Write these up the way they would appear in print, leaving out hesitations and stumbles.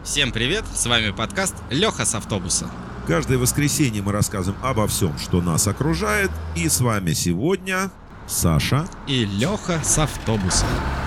Всем привет, с вами подкаст Леха с автобуса. Каждое воскресенье мы рассказываем обо всем, что нас окружает. И с вами сегодня Саша и Леха с автобуса.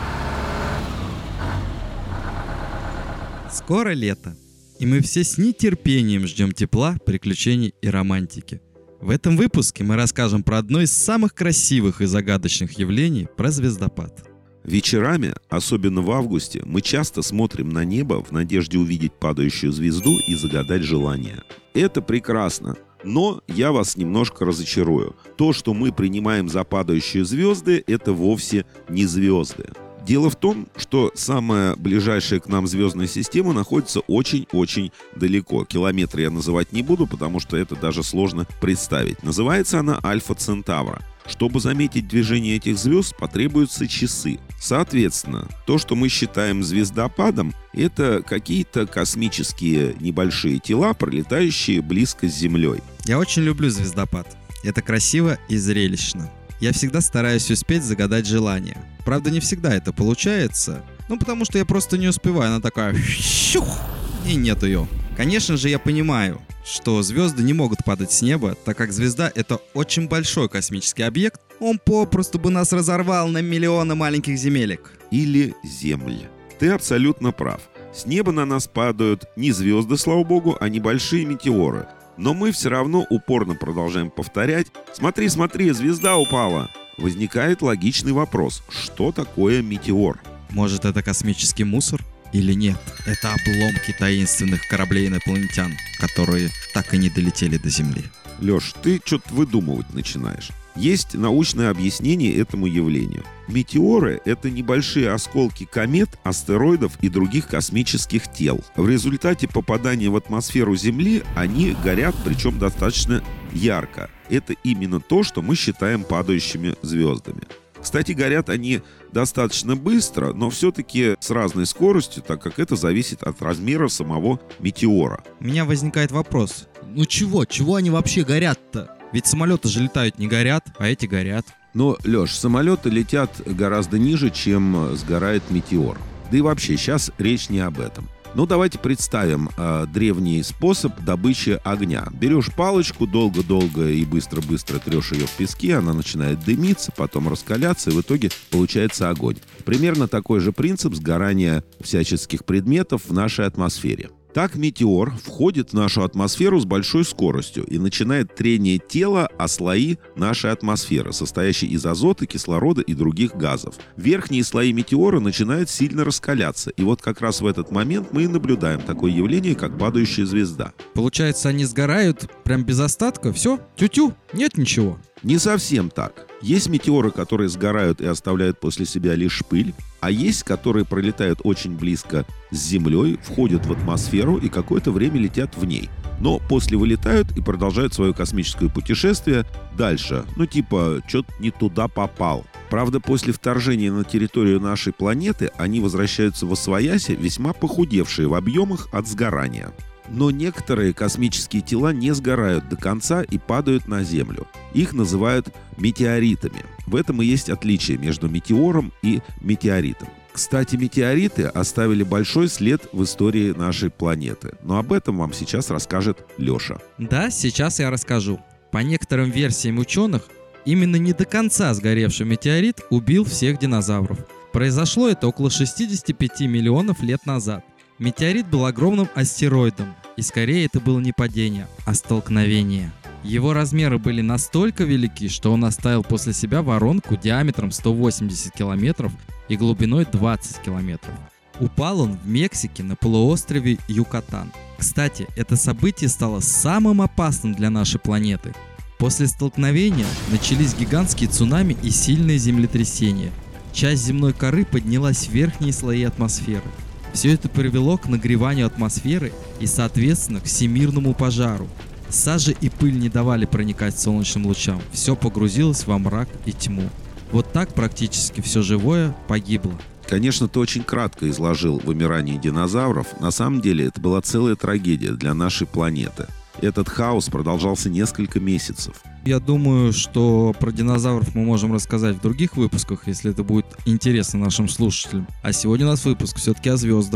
Скоро лето, и мы все с нетерпением ждем тепла, приключений и романтики. В этом выпуске мы расскажем про одно из самых красивых и загадочных явлений – про звездопад. Вечерами, особенно в августе, мы часто смотрим на небо в надежде увидеть падающую звезду и загадать желание. Это прекрасно, но я вас немножко разочарую. То, что мы принимаем за падающие звезды, это вовсе не звезды. Дело в том, что самая ближайшая к нам звездная система находится очень-очень далеко. Километры я называть не буду, потому что это даже сложно представить. Называется она Альфа Центавра. Чтобы заметить движение этих звезд, потребуются часы. Соответственно, то, что мы считаем звездопадом, это какие-то космические небольшие тела, пролетающие близко с Землей. Я очень люблю звездопад. Это красиво и зрелищно. Я всегда стараюсь успеть загадать желание. Правда, не всегда это получается. Потому что я просто не успеваю. Она такая... щух, и нет ее. Конечно же, я понимаю, что звезды не могут падать с неба, так как звезда — это очень большой космический объект. Он попросту бы нас разорвал на миллионы маленьких земелек. Или земли. Ты абсолютно прав. С неба на нас падают не звезды, слава богу, а небольшие метеоры. Но мы все равно упорно продолжаем повторять: «Смотри, смотри, звезда упала!» Возникает логичный вопрос: что такое метеор? Может, это космический мусор? Или нет? Это обломки таинственных кораблей инопланетян, которые так и не долетели до Земли. Леш, ты что-то выдумывать начинаешь. Есть научное объяснение этому явлению. Метеоры — это небольшие осколки комет, астероидов и других космических тел. В результате попадания в атмосферу Земли они горят, причем достаточно ярко. Это именно то, что мы считаем падающими звездами. Кстати, горят они достаточно быстро, но все-таки с разной скоростью, так как это зависит от размера самого метеора. У меня возникает вопрос. Чего они вообще горят-то? Ведь самолеты же летают не горят, а эти горят. Но, Леш, самолеты летят гораздо ниже, чем сгорает метеор. Да и вообще, сейчас речь не об этом. Давайте представим древний способ добычи огня. Берешь палочку, долго-долго и быстро-быстро трешь ее в песке, она начинает дымиться, потом раскаляться, и в итоге получается огонь. Примерно такой же принцип сгорания всяческих предметов в нашей атмосфере. Так метеор входит в нашу атмосферу с большой скоростью и начинает трение тела о слои нашей атмосферы, состоящей из азота, кислорода и других газов. Верхние слои метеора начинают сильно раскаляться, и вот как раз в этот момент мы и наблюдаем такое явление, как падающая звезда. Получается, они сгорают прям без остатка? Все? Тю-тю? Нет ничего? Не совсем так. Есть метеоры, которые сгорают и оставляют после себя лишь пыль, а есть, которые пролетают очень близко с Землей, входят в атмосферу и какое-то время летят в ней. Но после вылетают и продолжают свое космическое путешествие дальше. Что-то не туда попал. Правда, после вторжения на территорию нашей планеты они возвращаются восвояси, весьма похудевшие в объемах от сгорания. Но некоторые космические тела не сгорают до конца и падают на Землю. Их называют метеоритами. В этом и есть отличие между метеором и метеоритом. Кстати, метеориты оставили большой след в истории нашей планеты. Но об этом вам сейчас расскажет Леша. Да, сейчас я расскажу. По некоторым версиям ученых, именно не до конца сгоревший метеорит убил всех динозавров. Произошло это около 65 миллионов лет назад. Метеорит был огромным астероидом, и скорее это было не падение, а столкновение. Его размеры были настолько велики, что он оставил после себя воронку диаметром 180 километров и глубиной 20 километров. Упал он в Мексике на полуострове Юкатан. Кстати, это событие стало самым опасным для нашей планеты. После столкновения начались гигантские цунами и сильные землетрясения. Часть земной коры поднялась в верхние слои атмосферы. Все это привело к нагреванию атмосферы и, соответственно, к всемирному пожару. Сажа и пыль не давали проникать солнечным лучам. Все погрузилось во мрак и тьму. Вот так практически все живое погибло. Конечно, ты очень кратко изложил вымирание динозавров. На самом деле это была целая трагедия для нашей планеты. Этот хаос продолжался несколько месяцев. Я думаю, что про динозавров мы можем рассказать в других выпусках, если это будет интересно нашим слушателям. А сегодня у нас выпуск все-таки о звездах.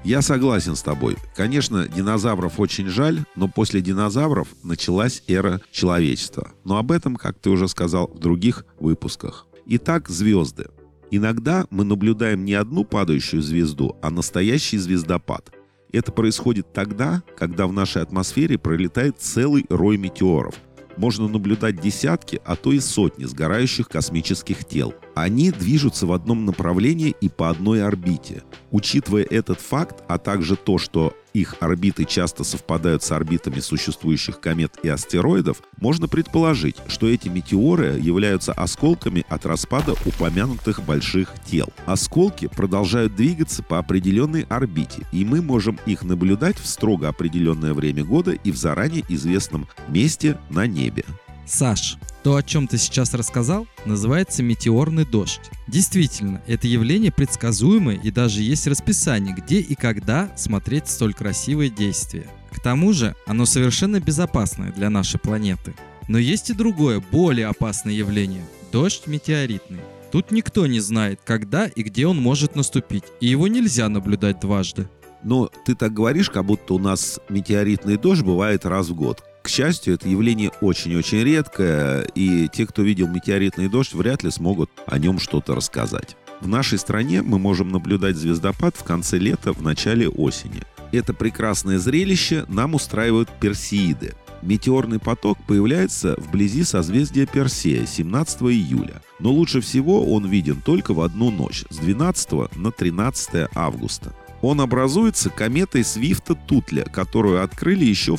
Я согласен с тобой. Конечно, динозавров очень жаль, но после динозавров началась эра человечества. Но об этом, как ты уже сказал, в других выпусках. Итак, звезды. Иногда мы наблюдаем не одну падающую звезду, а настоящий звездопад. Это происходит тогда, когда в нашей атмосфере пролетает целый рой метеоров. Можно наблюдать десятки, а то и сотни сгорающих космических тел. Они движутся в одном направлении и по одной орбите. Учитывая этот факт, а также то, что их орбиты часто совпадают с орбитами существующих комет и астероидов, можно предположить, что эти метеоры являются осколками от распада упомянутых больших тел. Осколки продолжают двигаться по определенной орбите, и мы можем их наблюдать в строго определенное время года и в заранее известном месте на небе. Саш, то, о чем ты сейчас рассказал, называется метеорный дождь. Действительно, это явление предсказуемое, и даже есть расписание, где и когда смотреть столь красивые действия. К тому же, оно совершенно безопасное для нашей планеты. Но есть и другое, более опасное явление – дождь метеоритный. Тут никто не знает, когда и где он может наступить, и его нельзя наблюдать дважды. Но ты так говоришь, как будто у нас метеоритный дождь бывает раз в год. К счастью, это явление очень-очень редкое, и те, кто видел метеоритный дождь, вряд ли смогут о нем что-то рассказать. В нашей стране мы можем наблюдать звездопад в конце лета, в начале осени. Это прекрасное зрелище нам устраивают Персеиды. Метеорный поток появляется вблизи созвездия Персея 17 июля, но лучше всего он виден только в одну ночь, с 12 на 13 августа. Он образуется кометой Свифта-Тутля, которую открыли еще в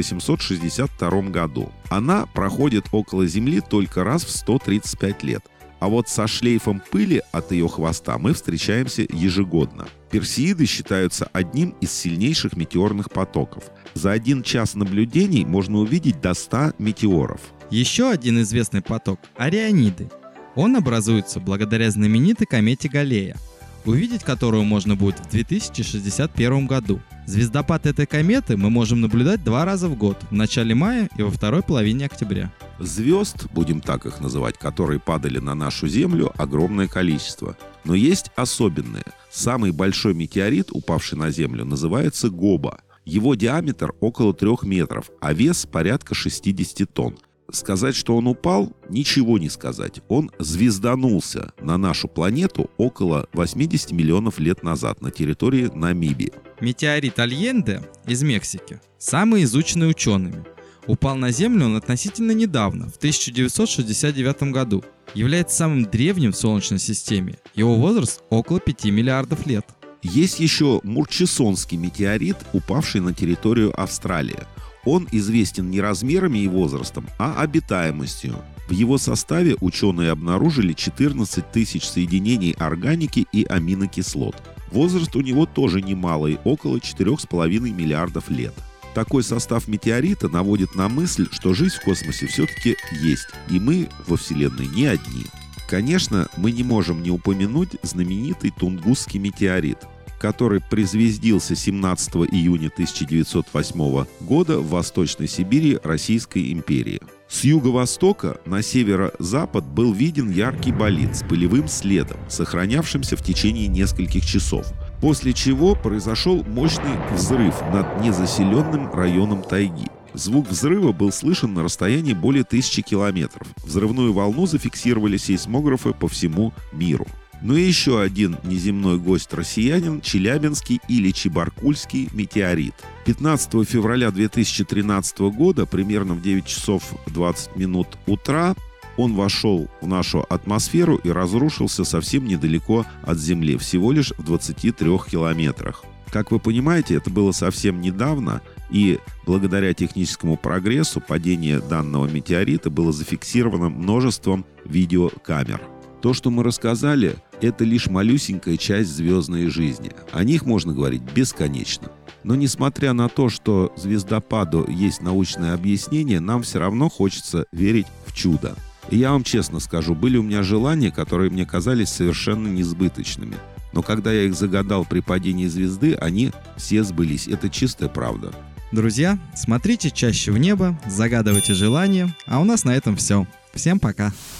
1862 году. Она проходит около Земли только раз в 135 лет. А вот со шлейфом пыли от ее хвоста мы встречаемся ежегодно. Персеиды считаются одним из сильнейших метеорных потоков. За 1 час наблюдений можно увидеть до 100 метеоров. Еще один известный поток – Ориониды. Он образуется благодаря знаменитой комете Галлея, увидеть которую можно будет в 2061 году. Звездопад этой кометы мы можем наблюдать 2 раза в год, в начале мая и во второй половине октября. Звезд, будем так их называть, которые падали на нашу Землю, огромное количество. Но есть особенные. Самый большой метеорит, упавший на Землю, называется Гоба. Его диаметр около 3 метров, а вес порядка 60 тонн. Сказать, что он упал, ничего не сказать. Он звезданулся на нашу планету около 80 миллионов лет назад на территории Намибии. Метеорит Альенде из Мексики, самый изученный учеными. Упал на Землю он относительно недавно, в 1969 году. Является самым древним в Солнечной системе. Его возраст около 5 миллиардов лет. Есть еще Мурчисонский метеорит, упавший на территорию Австралии. Он известен не размерами и возрастом, а обитаемостью. В его составе ученые обнаружили 14 тысяч соединений органики и аминокислот. Возраст у него тоже немалый, около 4,5 миллиардов лет. Такой состав метеорита наводит на мысль, что жизнь в космосе все-таки есть, и мы во Вселенной не одни. Конечно, мы не можем не упомянуть знаменитый Тунгусский метеорит, который призвездился 17 июня 1908 года в Восточной Сибири Российской империи. С юго-востока на северо-запад был виден яркий болид с пылевым следом, сохранявшимся в течение нескольких часов, после чего произошел мощный взрыв над незаселенным районом тайги. Звук взрыва был слышен на расстоянии более 1000 километров. Взрывную волну зафиксировали сейсмографы по всему миру. Ну и еще один неземной гость-россиянин – Челябинский или Чебаркульский метеорит. 15 февраля 2013 года, примерно в 9 часов 20 минут утра, он вошел в нашу атмосферу и разрушился совсем недалеко от Земли, всего лишь в 23 километрах. Как вы понимаете, это было совсем недавно, и благодаря техническому прогрессу падение данного метеорита было зафиксировано множеством видеокамер. То, что мы рассказали, это лишь малюсенькая часть звездной жизни. О них можно говорить бесконечно. Но несмотря на то, что звездопаду есть научное объяснение, нам все равно хочется верить в чудо. И я вам честно скажу, были у меня желания, которые мне казались совершенно несбыточными. Но когда я их загадал при падении звезды, они все сбылись. Это чистая правда. Друзья, смотрите чаще в небо, загадывайте желания, а у нас на этом все. Всем пока!